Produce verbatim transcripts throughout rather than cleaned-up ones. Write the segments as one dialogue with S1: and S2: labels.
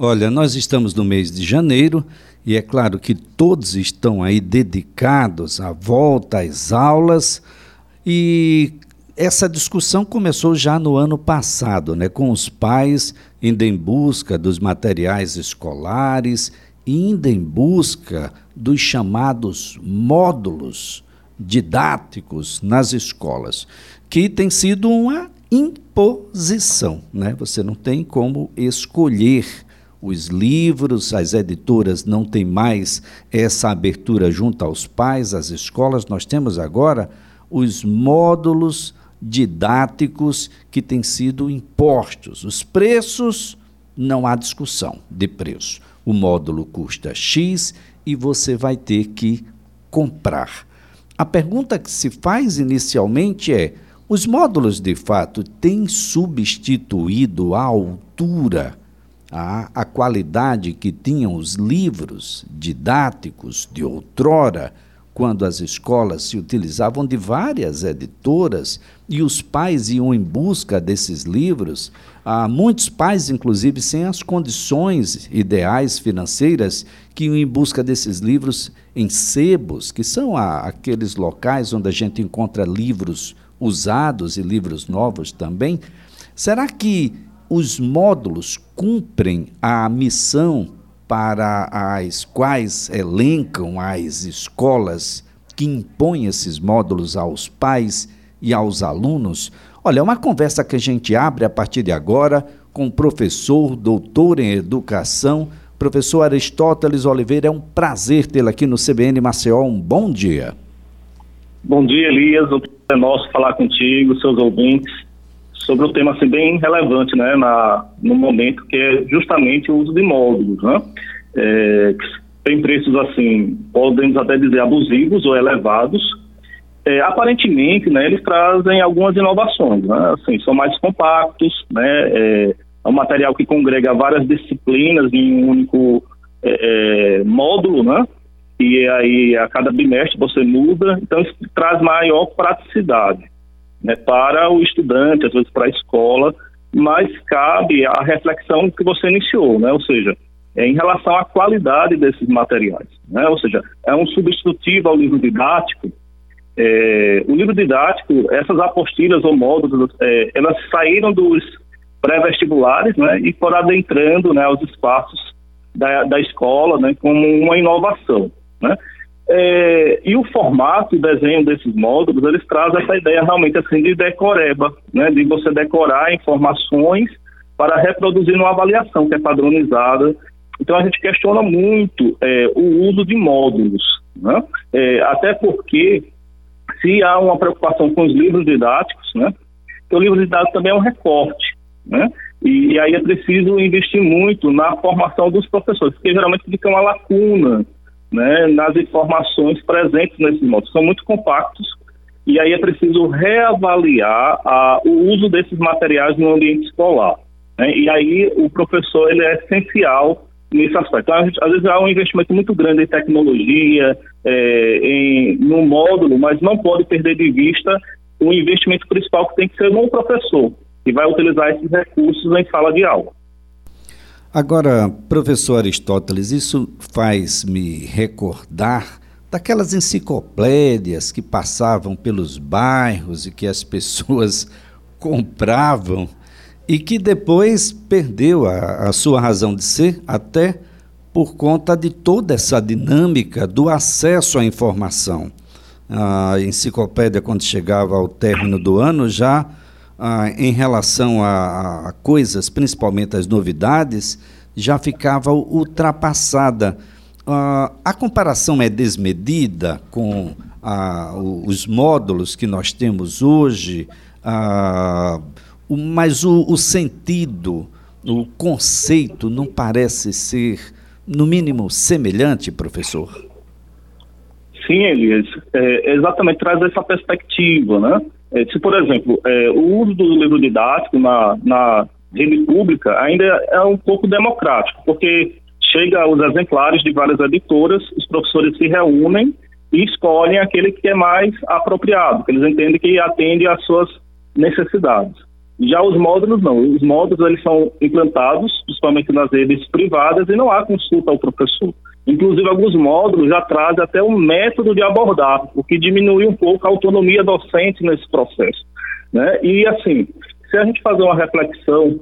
S1: Olha, nós estamos no mês de janeiro e é claro que todos estão aí dedicados à volta às aulas e essa discussão começou já no ano passado, né, com os pais indo em busca dos materiais escolares, indo em busca dos chamados módulos didáticos nas escolas, que tem sido uma imposição, né? Você não tem como escolher os livros, as editoras não têm mais essa abertura junto aos pais, às escolas. Nós temos agora os módulos didáticos que têm sido impostos. Os preços, não há discussão de preço. O módulo custa X e você vai ter que comprar. A pergunta que se faz inicialmente é: os módulos de fato têm substituído a altura, a, a qualidade que tinham os livros didáticos de outrora, quando as escolas se utilizavam de várias editoras e os pais iam em busca desses livros? Há muitos pais, inclusive, sem as condições ideais financeiras, que iam em busca desses livros em sebos, que são a, aqueles locais onde a gente encontra livros usados e livros novos também. Será que os módulos cumprem a missão para as quais elencam as escolas que impõem esses módulos aos pais e aos alunos? Olha, é uma conversa que a gente abre a partir de agora com o professor, doutor em educação, professor Aristóteles Oliveira. É um prazer tê-lo aqui no C B N Maceió. Um bom dia.
S2: Bom dia, Elias. O prazer é nosso falar contigo, seus ouvintes, sobre um tema assim, bem relevante, né, na, no momento, que é justamente o uso de módulos, né? É, que tem preços assim, podemos até dizer abusivos ou elevados. É, aparentemente, né, eles trazem algumas inovações, né? Assim, são mais compactos, né? É, é um material que congrega várias disciplinas em um único é, é, módulo, né? E aí a cada bimestre você muda, então isso traz maior praticidade, né, para o estudante, às vezes para a escola, mas cabe a reflexão que você iniciou, né? Ou seja, é em relação à qualidade desses materiais, né? Ou seja, é um substitutivo ao livro didático. É, o livro didático, essas apostilas ou módulos, é, elas saíram dos pré-vestibulares, né, e foram adentrando, né, aos espaços da, da escola, né, como uma inovação, né? É, e o formato e desenho desses módulos, eles trazem essa ideia realmente assim de decoreba, né, de você decorar informações para reproduzir numa avaliação que é padronizada. Então a gente questiona muito é, o uso de módulos, né, é, até porque se há uma preocupação com os livros didáticos, né, porque o livro didático também é um recorte, né, e, e aí é preciso investir muito na formação dos professores, porque geralmente fica uma lacuna, né, nas informações presentes nesses módulos. São muito compactos e aí é preciso reavaliar a, o uso desses materiais no ambiente escolar, né, e aí o professor ele é essencial nesse aspecto. Então, a gente, às vezes há um investimento muito grande em tecnologia, é, em, no módulo, mas não pode perder de vista o investimento principal que tem que ser no professor, que vai utilizar esses recursos em sala de aula.
S1: Agora, professor Aristóteles, isso faz me recordar daquelas enciclopédias que passavam pelos bairros e que as pessoas compravam e que depois perdeu a, a sua razão de ser, até por conta de toda essa dinâmica do acesso à informação. A enciclopédia, quando chegava ao término do ano, já ah, em relação a, a coisas, principalmente as novidades, já ficava ultrapassada. Ah, a comparação é desmedida com ah, os módulos que nós temos hoje, ah, o, mas o, o sentido, o conceito não parece ser, no mínimo, semelhante, professor?
S2: Sim, Elias, é, exatamente, traz essa perspectiva, né? É, se, por exemplo, é, o uso do livro didático na, na rede pública ainda é um pouco democrático, porque chega os exemplares de várias editoras, os professores se reúnem e escolhem aquele que é mais apropriado, que eles entendem que atende às suas necessidades. Já os módulos não, os módulos eles são implantados principalmente nas redes privadas e não há consulta ao professor. Inclusive alguns módulos já trazem até um método de abordar, o que diminui um pouco a autonomia docente nesse processo, né? E assim, se a gente fazer uma reflexão,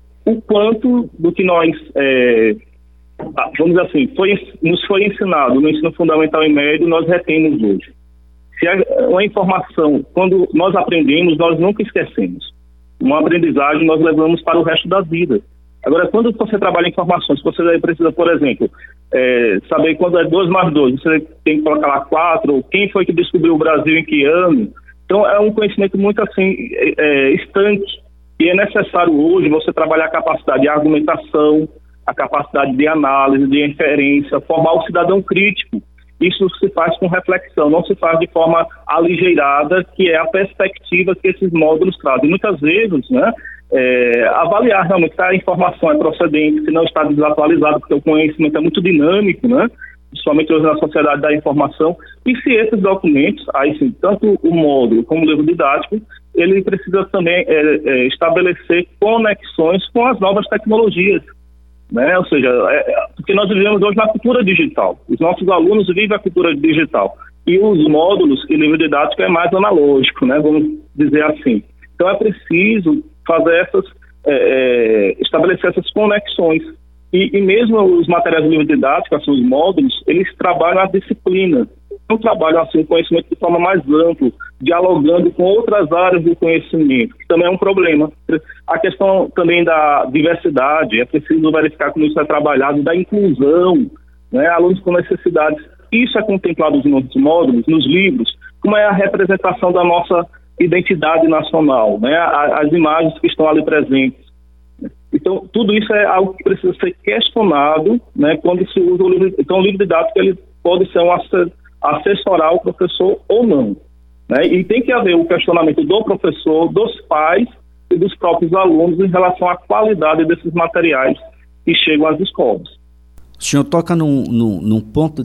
S2: o quanto do que nós, é, vamos dizer assim, foi, nos foi ensinado no ensino fundamental e médio, nós retemos hoje. Se a, uma informação, quando nós aprendemos, nós nunca esquecemos. Uma aprendizagem nós levamos para o resto da vida. Agora, quando você trabalha informações, você precisa, por exemplo, é, saber quando é dois mais dois, você tem que colocar lá quatro, quem foi que descobriu o Brasil em que ano. Então, é um conhecimento muito assim, é, estanque, e é necessário hoje você trabalhar a capacidade de argumentação, a capacidade de análise, de inferência, formar o cidadão crítico. Isso se faz com reflexão, não se faz de forma aligeirada, que é a perspectiva que esses módulos trazem. Muitas vezes, né, é, avaliar realmente se a informação é procedente, se não está desatualizada, porque o conhecimento é muito dinâmico, né, principalmente hoje na sociedade da informação, e se esses documentos, aí sim, tanto o módulo como o livro didático, ele precisa também é, é, estabelecer conexões com as novas tecnologias. Né? Ou seja, é, porque nós vivemos hoje na cultura digital. Os nossos alunos vivem a cultura digital. E os módulos e livro didático é mais analógico, né? Vamos dizer assim. Então é preciso fazer essas, é, é, estabelecer essas conexões. E, e mesmo os materiais do livro didático, assim, os módulos, eles trabalham a disciplina. Não trabalham assim, o conhecimento de forma mais ampla, dialogando com outras áreas do conhecimento, que também é um problema. A questão também da diversidade, é preciso verificar como isso é trabalhado, da inclusão, né, alunos com necessidades. Isso é contemplado nos nossos módulos, nos livros, como é a representação da nossa identidade nacional, né, as imagens que estão ali presentes. Então, tudo isso é algo que precisa ser questionado, né, quando se usa o livro. Então, o livro didático ele pode ser um assessorar o professor ou não, né? E tem que haver o questionamento do professor, dos pais e dos próprios alunos em relação à qualidade desses materiais que chegam às escolas.
S1: O senhor toca num, num, num ponto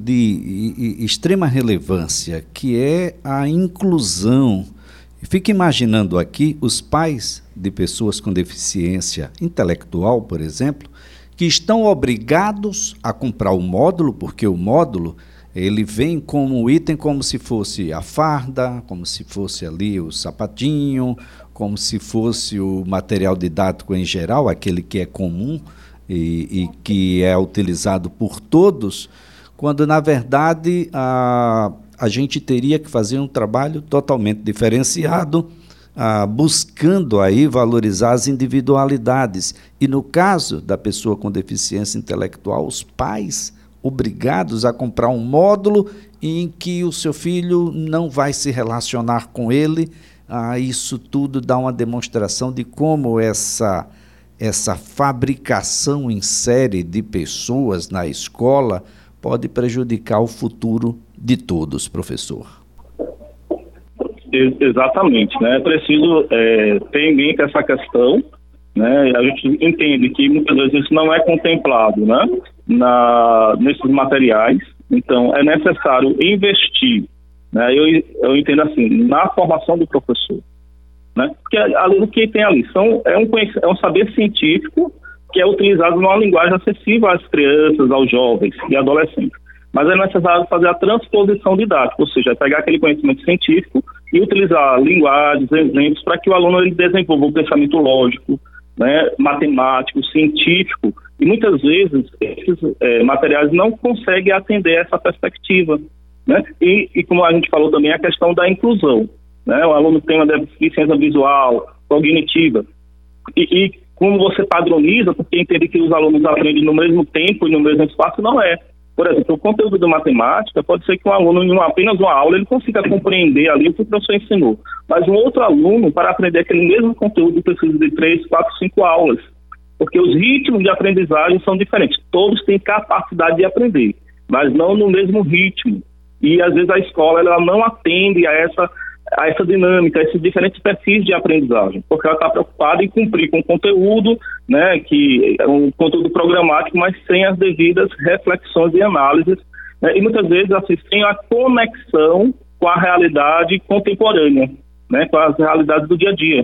S1: de extrema relevância, que é a inclusão. Fique imaginando aqui os pais de pessoas com deficiência intelectual, por exemplo, que estão obrigados a comprar o módulo, porque o módulo ele vem como item como se fosse a farda, como se fosse ali o sapatinho, como se fosse o material didático em geral, aquele que é comum e, e que é utilizado por todos, quando na verdade a, a gente teria que fazer um trabalho totalmente diferenciado, a, buscando aí valorizar as individualidades. E no caso da pessoa com deficiência intelectual, os pais obrigados a comprar um módulo em que o seu filho não vai se relacionar com ele. Ah, isso tudo dá uma demonstração de como essa, essa fabricação em série de pessoas na escola pode prejudicar o futuro de todos, professor.
S2: Exatamente, né? É preciso é, ter em mente essa questão, né? A gente entende que muitas vezes isso não é contemplado, né? Na, nesses materiais, então é necessário investir, né? eu, eu entendo assim, na formação do professor, né? Porque ali, o que tem ali são, é, um, é um saber científico que é utilizado numa linguagem acessível às crianças, aos jovens e adolescentes, mas é necessário fazer a transposição didática, ou seja, pegar aquele conhecimento científico e utilizar linguagens, exemplos, para que o aluno ele desenvolva o pensamento lógico, né, matemático, científico, e muitas vezes esses é, materiais não conseguem atender essa perspectiva, né? E, e como a gente falou também, a questão da inclusão, né? O aluno tem uma deficiência visual, cognitiva, e, e como você padroniza, porque entende que os alunos aprendem no mesmo tempo e no mesmo espaço, não é. Por exemplo, o conteúdo da matemática, pode ser que um aluno, em uma, apenas uma aula, ele consiga compreender ali o que o professor ensinou. Mas um outro aluno, para aprender aquele mesmo conteúdo, precisa de três, quatro, cinco aulas. Porque os ritmos de aprendizagem são diferentes. Todos têm capacidade de aprender, mas não no mesmo ritmo. E, às vezes, a escola ela não atende a essa, a essa dinâmica, a esses diferentes perfis de aprendizagem, porque ela está preocupada em cumprir com o conteúdo, né, que é um conteúdo programático, mas sem as devidas reflexões e análises, né, e muitas vezes assim, sem a conexão com a realidade contemporânea, né, com as realidades do dia a dia.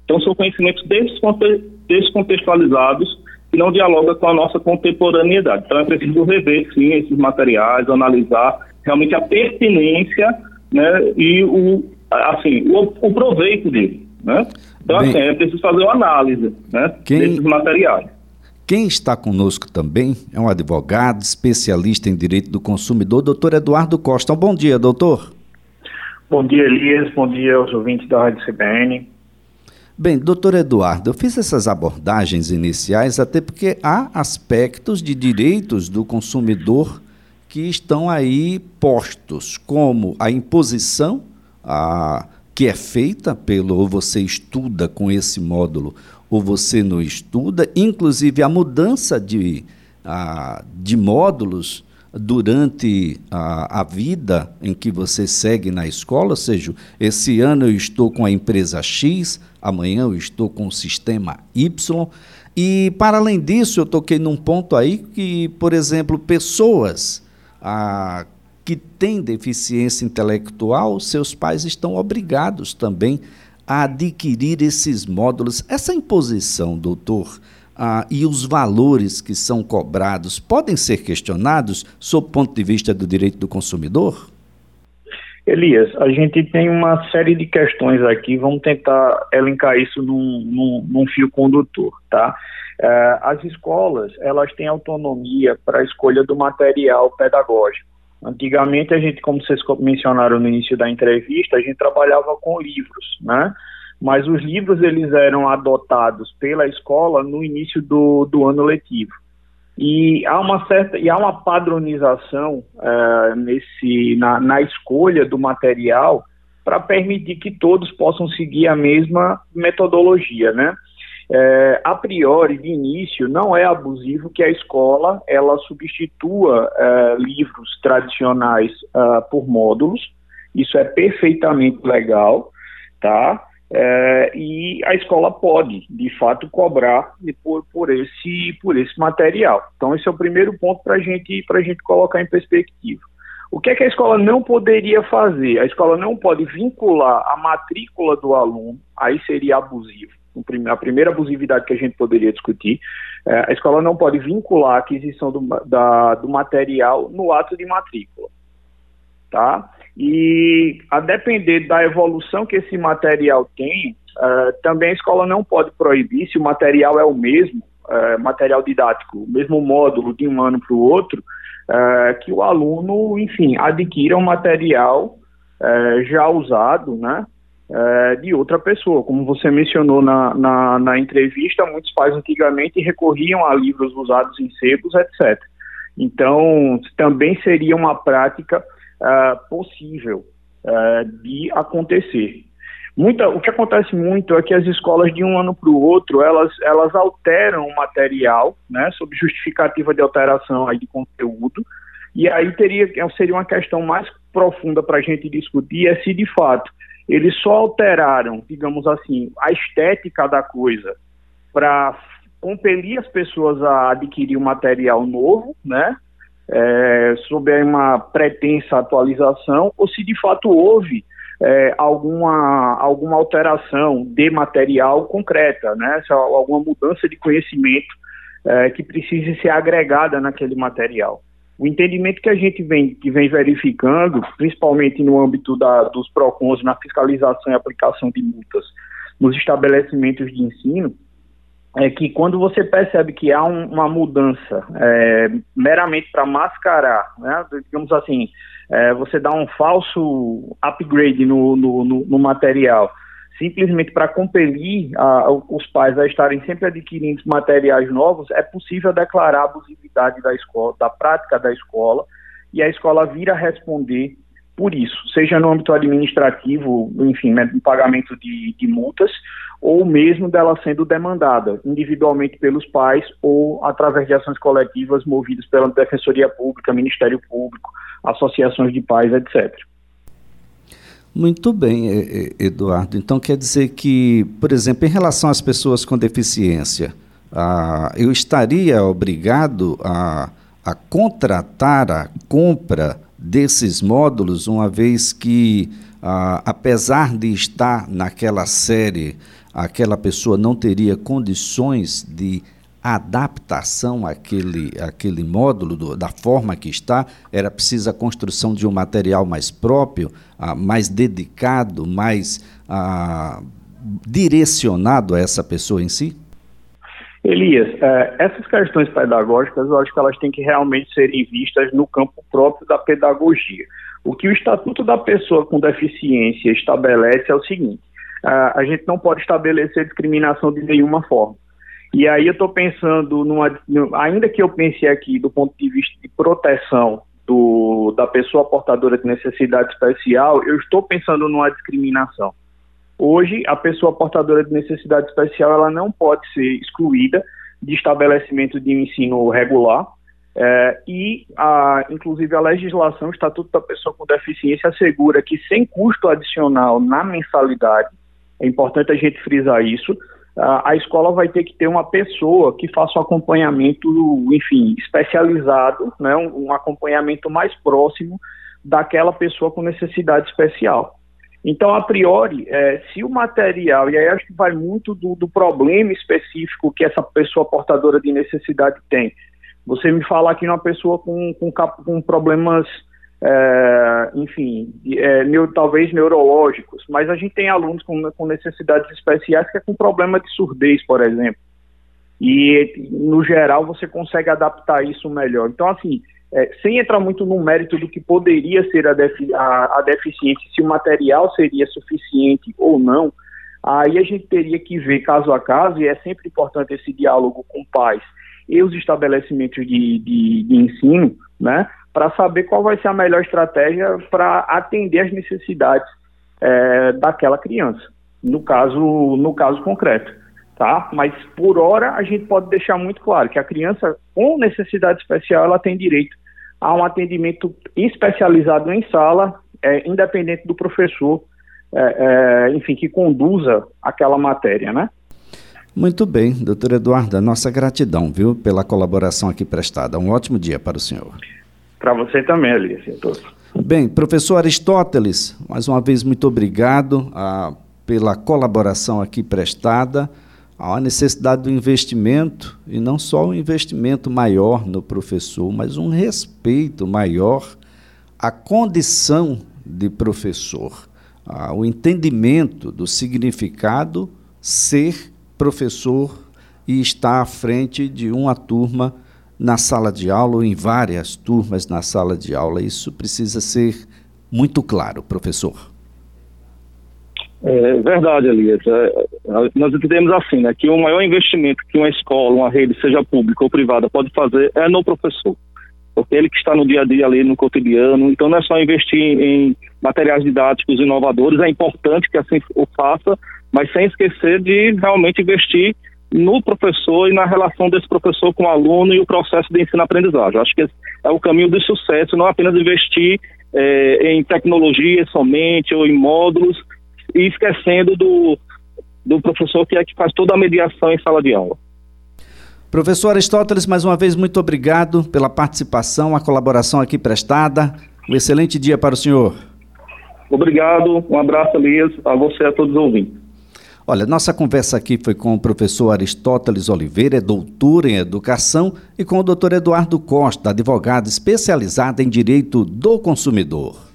S2: Então, são conhecimentos desconte- descontextualizados que não dialogam com a nossa contemporaneidade. Então, é preciso rever, sim, esses materiais, analisar realmente a pertinência, né, e o, assim, o, o proveito dele, né? Então, Bem, assim, é preciso fazer uma análise, né, quem, desses materiais.
S1: Quem está conosco também é um advogado, especialista em direito do consumidor, doutor Eduardo Costa. Um bom dia, doutor.
S3: Bom dia, Elias. Bom dia aos ouvintes da Rádio C B N.
S1: Bem, doutor Eduardo, eu fiz essas abordagens iniciais até porque há aspectos de direitos do consumidor que estão aí postos, como a imposição a, que é feita pelo ou você estuda com esse módulo ou você não estuda, inclusive a mudança de, a, de módulos durante a, a vida em que você segue na escola, ou seja, esse ano eu estou com a empresa X, amanhã eu estou com o sistema Y, e para além disso eu toquei num ponto aí que, por exemplo, pessoas ah, que têm deficiência intelectual, seus pais estão obrigados também a adquirir esses módulos. Essa imposição, doutor, Ah, e os valores que são cobrados podem ser questionados sob o ponto de vista do direito do consumidor?
S3: Elias, a gente tem uma série de questões aqui, vamos tentar elencar isso num, num, num fio condutor, tá? Uh, as escolas, elas têm autonomia para a escolha do material pedagógico. Antigamente, a gente, como vocês mencionaram no início da entrevista, a gente trabalhava com livros, né? Mas os livros eles eram adotados pela escola no início do, do ano letivo. E há uma certa e há uma padronização uh, nesse, na, na escolha do material para permitir que todos possam seguir a mesma metodologia, né? Uh, a priori, de início, não é abusivo que a escola ela substitua uh, livros tradicionais uh, por módulos. Isso é perfeitamente legal, tá? É, e a escola pode, de fato, cobrar por, por, esse, por esse material. Então, esse é o primeiro ponto para gente, a gente colocar em perspectiva. O que é que a escola não poderia fazer? A escola não pode vincular a matrícula do aluno, aí seria abusivo. A primeira abusividade que a gente poderia discutir, é, a escola não pode vincular a aquisição do, da, do material no ato de matrícula, tá? E a depender da evolução que esse material tem, uh, também a escola não pode proibir, se o material é o mesmo, uh, material didático, o mesmo módulo de um ano para o outro, uh, que o aluno, enfim, adquira um material uh, já usado, né, uh, de outra pessoa. Como você mencionou na, na, na entrevista, muitos pais antigamente recorriam a livros usados em sebos, etcétera. Então, também seria uma prática Uh, possível uh, de acontecer. Muita, o que acontece muito é que as escolas de um ano para o outro, elas, elas alteram o material, né, sob justificativa de alteração aí de conteúdo, e aí teria, seria uma questão mais profunda para a gente discutir, é se de fato eles só alteraram, digamos assim, a estética da coisa para compelir as pessoas a adquirir um material novo, né, É, sob uma pretensa atualização, ou se de fato houve é, alguma, alguma alteração de material concreta, né? Se alguma mudança de conhecimento é, que precise ser agregada naquele material. O entendimento que a gente vem, que vem verificando, principalmente no âmbito da, dos PROCONs, na fiscalização e aplicação de multas nos estabelecimentos de ensino, é que quando você percebe que há um, uma mudança é, meramente para mascarar, né, digamos assim, é, você dá um falso upgrade no, no, no, no material, simplesmente para compelir a, os pais a estarem sempre adquirindo materiais novos, é possível declarar a abusividade da escola, da prática da escola, e a escola vir a responder por isso, seja no âmbito administrativo, enfim, né, no pagamento de, de multas, ou mesmo dela sendo demandada individualmente pelos pais ou através de ações coletivas movidas pela Defensoria Pública, Ministério Público, associações de pais, etcétera.
S1: Muito bem, Eduardo. Então quer dizer que, por exemplo, em relação às pessoas com deficiência, ah, eu estaria obrigado a, a contratar a compra desses módulos, uma vez que, ah, apesar de estar naquela série aquela pessoa não teria condições de adaptação àquele, àquele módulo, do, da forma que está, era preciso a construção de um material mais próprio, ah, mais dedicado, mais ah, direcionado a essa pessoa em si?
S3: Elias, é, essas questões pedagógicas, eu acho que elas têm que realmente serem vistas no campo próprio da pedagogia. O que o Estatuto da Pessoa com Deficiência estabelece é o seguinte: a, a gente não pode estabelecer discriminação de nenhuma forma. E aí eu estou pensando, numa, ainda que eu pense aqui do ponto de vista de proteção do, da pessoa portadora de necessidade especial, eu estou pensando numa discriminação. Hoje, a pessoa portadora de necessidade especial, ela não pode ser excluída de estabelecimento de ensino regular, é, e, a, inclusive, a legislação, o Estatuto da Pessoa com Deficiência, assegura que, sem custo adicional na mensalidade, é importante a gente frisar isso, a, a escola vai ter que ter uma pessoa que faça um acompanhamento, enfim, especializado, né, um, um acompanhamento mais próximo daquela pessoa com necessidade especial. Então, a priori, é, se o material, e aí acho que vai muito do, do problema específico que essa pessoa portadora de necessidade tem. Você me fala aqui uma pessoa com, com, com problemas, é, enfim, é, neo, talvez neurológicos, mas a gente tem alunos com, com necessidades especiais que é com problema de surdez, por exemplo. E, no geral, você consegue adaptar isso melhor. Então, assim, É, sem entrar muito no mérito do que poderia ser a, defi a, a deficiência, se o material seria suficiente ou não, aí a gente teria que ver caso a caso, e é sempre importante esse diálogo com pais e os estabelecimentos de, de, de ensino, né, para saber qual vai ser a melhor estratégia para atender as necessidades é, daquela criança, no caso, no caso concreto. Tá? Mas, por hora, a gente pode deixar muito claro que a criança com necessidade especial, ela tem direito a um atendimento especializado em sala, é, independente do professor, é, é, enfim, que conduza aquela matéria, né?
S1: Muito bem, doutor Eduardo, a nossa gratidão, viu, pela colaboração aqui prestada. Um ótimo dia para o senhor.
S3: Para você também, Elias, e todos.
S1: Bem, professor Aristóteles, mais uma vez, muito obrigado ah, pela colaboração aqui prestada. Há a necessidade do investimento, e não só um investimento maior no professor, mas um respeito maior à condição de professor, ao entendimento do significado ser professor e estar à frente de uma turma na sala de aula ou em várias turmas na sala de aula. Isso precisa ser muito claro, professor.
S2: É verdade, Elias. É, nós entendemos assim, né, que o maior investimento que uma escola, uma rede, seja pública ou privada, pode fazer é no professor. Porque ele que está no dia a dia ali, no cotidiano. Então não é só investir em materiais didáticos inovadores, é importante que assim o faça, mas sem esquecer de realmente investir no professor e na relação desse professor com o aluno e o processo de ensino-aprendizagem. Acho que esse é o caminho do sucesso, não apenas investir é, em tecnologia somente ou em módulos, e esquecendo do, do professor que é que faz toda a mediação em sala de aula.
S1: Professor Aristóteles, mais uma vez, muito obrigado pela participação, a colaboração aqui prestada. Um excelente dia para o senhor.
S2: Obrigado, um abraço, Elias, a você e a todos os ouvintes.
S1: Olha, nossa conversa aqui foi com o professor Aristóteles Oliveira, é doutor em educação, e com o doutor Eduardo Costa, advogado especializado em direito do consumidor.